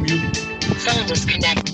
mute. Phone was connected.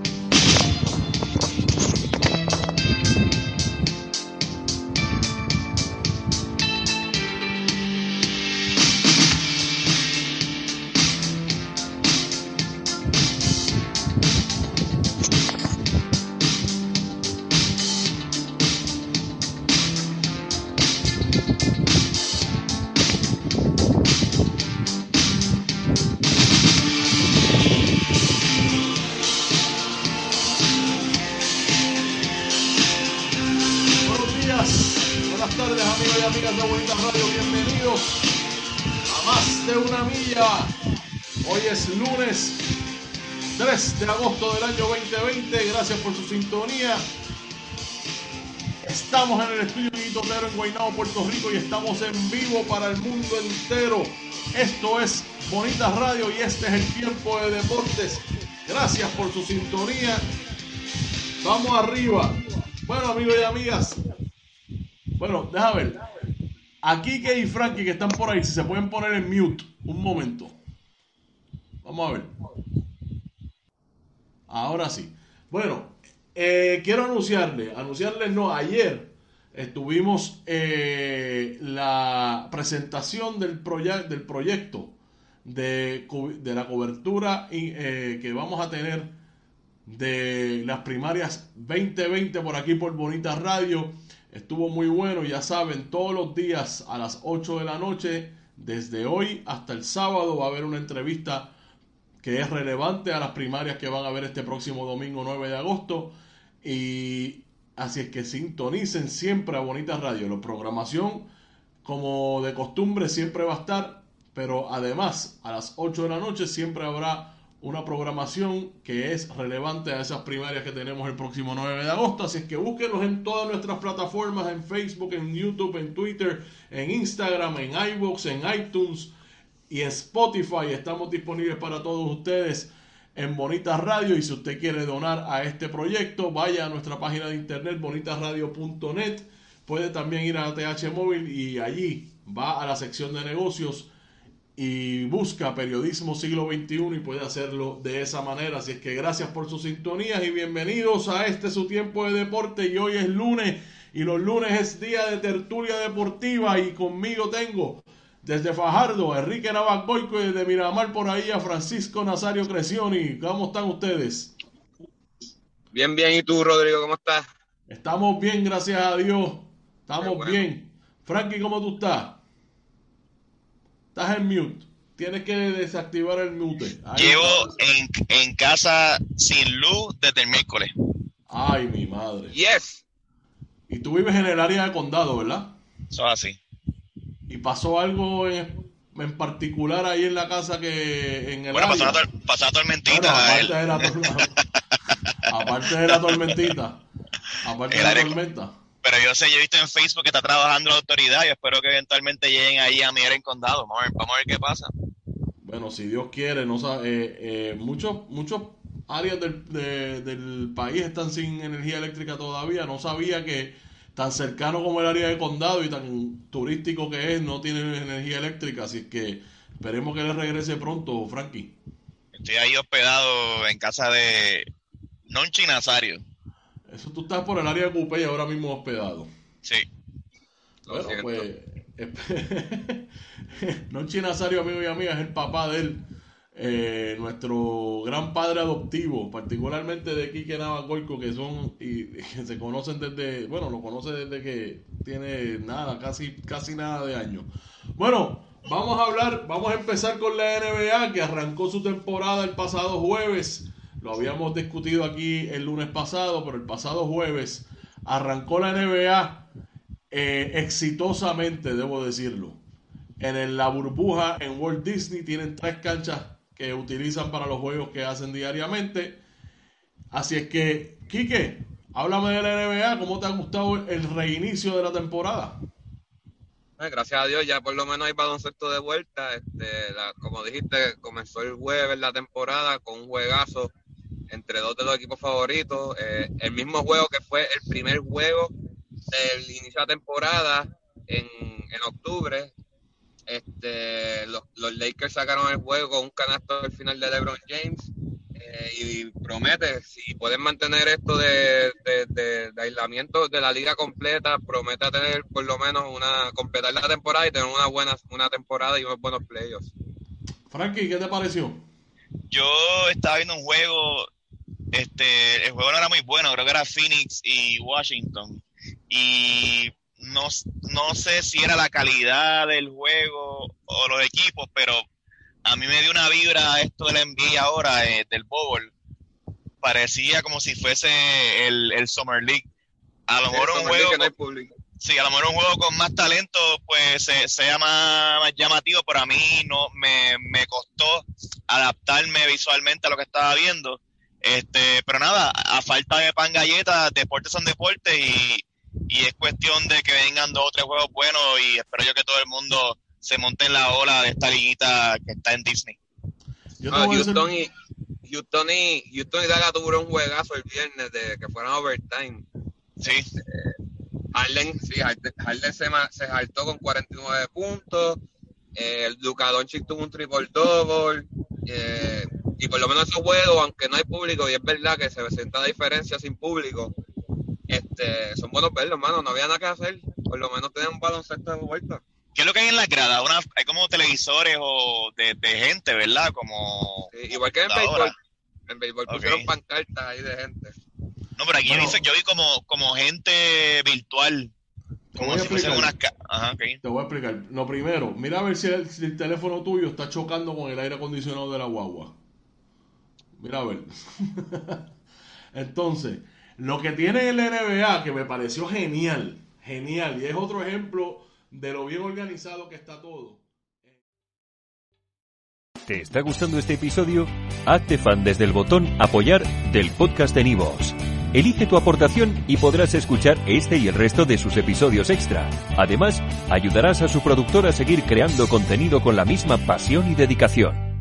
Buenas tardes, amigos y amigas de Bonita Radio, bienvenidos a Más de una Milla. Hoy es lunes 3 de agosto del año 2020, gracias por su sintonía. Estamos en el estudio Guitotero en Guaynabo, Puerto Rico, y estamos en vivo para el mundo entero. Esto es Bonita Radio y este es el tiempo de deportes. Gracias por su sintonía. Vamos arriba. Bueno, amigos y amigas, bueno, déjame ver. A Kike y Frankie que están por ahí, si se pueden poner en mute un momento. Vamos a ver. Ahora sí. Bueno, quiero anunciarles no, ayer estuvimos la presentación del proyecto de la cobertura que vamos a tener de las primarias 2020 por aquí por Bonita Radio. Estuvo muy bueno, ya saben, todos los días a las 8 de la noche, desde hoy hasta el sábado, va a haber una entrevista que es relevante a las primarias que van a haber este próximo domingo 9 de agosto. Y así es que sintonicen siempre a Bonita Radio. La programación, como de costumbre, siempre va a estar, pero además a las 8 de la noche siempre habrá una programación que es relevante a esas primarias que tenemos el próximo 9 de agosto. Así es que búsquenos en todas nuestras plataformas, en Facebook, en YouTube, en Twitter, en Instagram, en iVoox, en iTunes y en Spotify. Estamos disponibles para todos ustedes en Bonita Radio. Y si usted quiere donar a este proyecto, vaya a nuestra página de internet bonitaradio.net. Puede también ir a TH Móvil y allí va a la sección de negocios y busca Periodismo Siglo XXI y puede hacerlo de esa manera. Así es que gracias por sus sintonías y bienvenidos a su tiempo de deporte. Y hoy es lunes y los lunes es día de tertulia deportiva y conmigo tengo desde Fajardo a Enrique Navas-Goico y desde Miramar por ahí a Francisco Nazario Crescioni. ¿Cómo están ustedes? Bien, ¿y tú, Rodrigo, cómo estás? Estamos bien, gracias a Dios. Estamos bien. Frankie, ¿cómo tú estás? Estás en mute. Tienes que desactivar el mute. Ahí llevo en casa sin luz desde el miércoles. Ay, mi madre. Yes. Y tú vives en el área de condado, ¿verdad? Eso es así. ¿Y pasó algo en particular ahí en la casa que en el área? Pasó la tormentita. Bueno, aparte de la tormentita. Aparte de la tormenta. Pero yo he visto en Facebook que está trabajando la autoridad y espero que eventualmente lleguen ahí a mirar en condado. Vamos a ver qué pasa. Bueno, si Dios quiere, no muchos áreas del país están sin energía eléctrica todavía. No sabía que tan cercano como el área de condado y tan turístico que es, no tienen energía eléctrica. Así que esperemos que les regrese pronto, Frankie. Estoy ahí hospedado en casa de Nonchi Nazario. Eso tú estás por el área de Cupey ahora mismo hospedado. Sí. Bueno, pues Nonchi Nazario, amigo y amigas, es el papá de él, nuestro gran padre adoptivo, particularmente de Quique Navas-Goico, que son y que se conocen lo conoce desde que tiene casi nada de años. Bueno, vamos a empezar con la NBA, que arrancó su temporada el pasado jueves. Lo habíamos discutido aquí el lunes pasado, pero el pasado jueves arrancó la NBA exitosamente, debo decirlo. En la burbuja en Walt Disney tienen 3 canchas que utilizan para los juegos que hacen diariamente. Así es que, Quique, háblame de la NBA. ¿Cómo te ha gustado el reinicio de la temporada? Gracias a Dios, ya por lo menos hay baloncesto de vuelta. Como dijiste, comenzó el jueves la temporada con un juegazo entre 2 de los equipos favoritos. El mismo juego que fue el primer juego del inicio de la temporada en octubre. Los Lakers sacaron el juego con un canasto al final de LeBron James y promete, si pueden mantener esto de aislamiento de la liga completa, promete tener por lo menos completar la temporada y tener una temporada y unos buenos playoffs. Frankie, ¿qué te pareció? Yo estaba viendo un juego, el juego no era muy bueno, creo que era Phoenix y Washington, y no sé si era la calidad del juego o los equipos, pero a mí me dio una vibra esto de la NBA ahora, del Bowl. Parecía como si fuese el Summer League. A lo mejor un juego... No hay público. Sí, a lo mejor un juego con más talento pues sea más llamativo, pero a mí no me costó adaptarme visualmente a lo que estaba viendo. Pero nada, a falta de pan galletas, deportes son deportes y es cuestión de que vengan 2 o 3 juegos buenos y espero yo que todo el mundo se monte en la ola de esta liguita que está en Disney. Houston y Dallas tuvieron un juegazo el viernes de que fueron overtime. Sí. Harden se saltó con 49 puntos. Luka Doncic tuvo un triple-double. Y por lo menos esos juegos, aunque no hay público, y es verdad que se sienta la diferencia sin público, son buenos verlos, hermano. No había nada que hacer. Por lo menos tenían un baloncesto de vuelta. ¿Qué es lo que hay en las gradas? Hay como televisores o de gente, ¿verdad? Como sí, igual que en béisbol. En béisbol pusieron pancartas ahí de gente. No, pero aquí yo vi como gente virtual. Como si fuesen unas... Ajá, okay. Te voy a explicar. Lo primero, mira a ver si el teléfono tuyo está chocando con el aire acondicionado de la guagua. Mira a ver. Entonces, lo que tiene el NBA, que me pareció genial, y es otro ejemplo de lo bien organizado que está todo. ¿Te está gustando este episodio? Hazte fan desde el botón Apoyar del podcast de Nivos. Elige tu aportación y podrás escuchar este y el resto de sus episodios extra. Además, ayudarás a su productor a seguir creando contenido con la misma pasión y dedicación.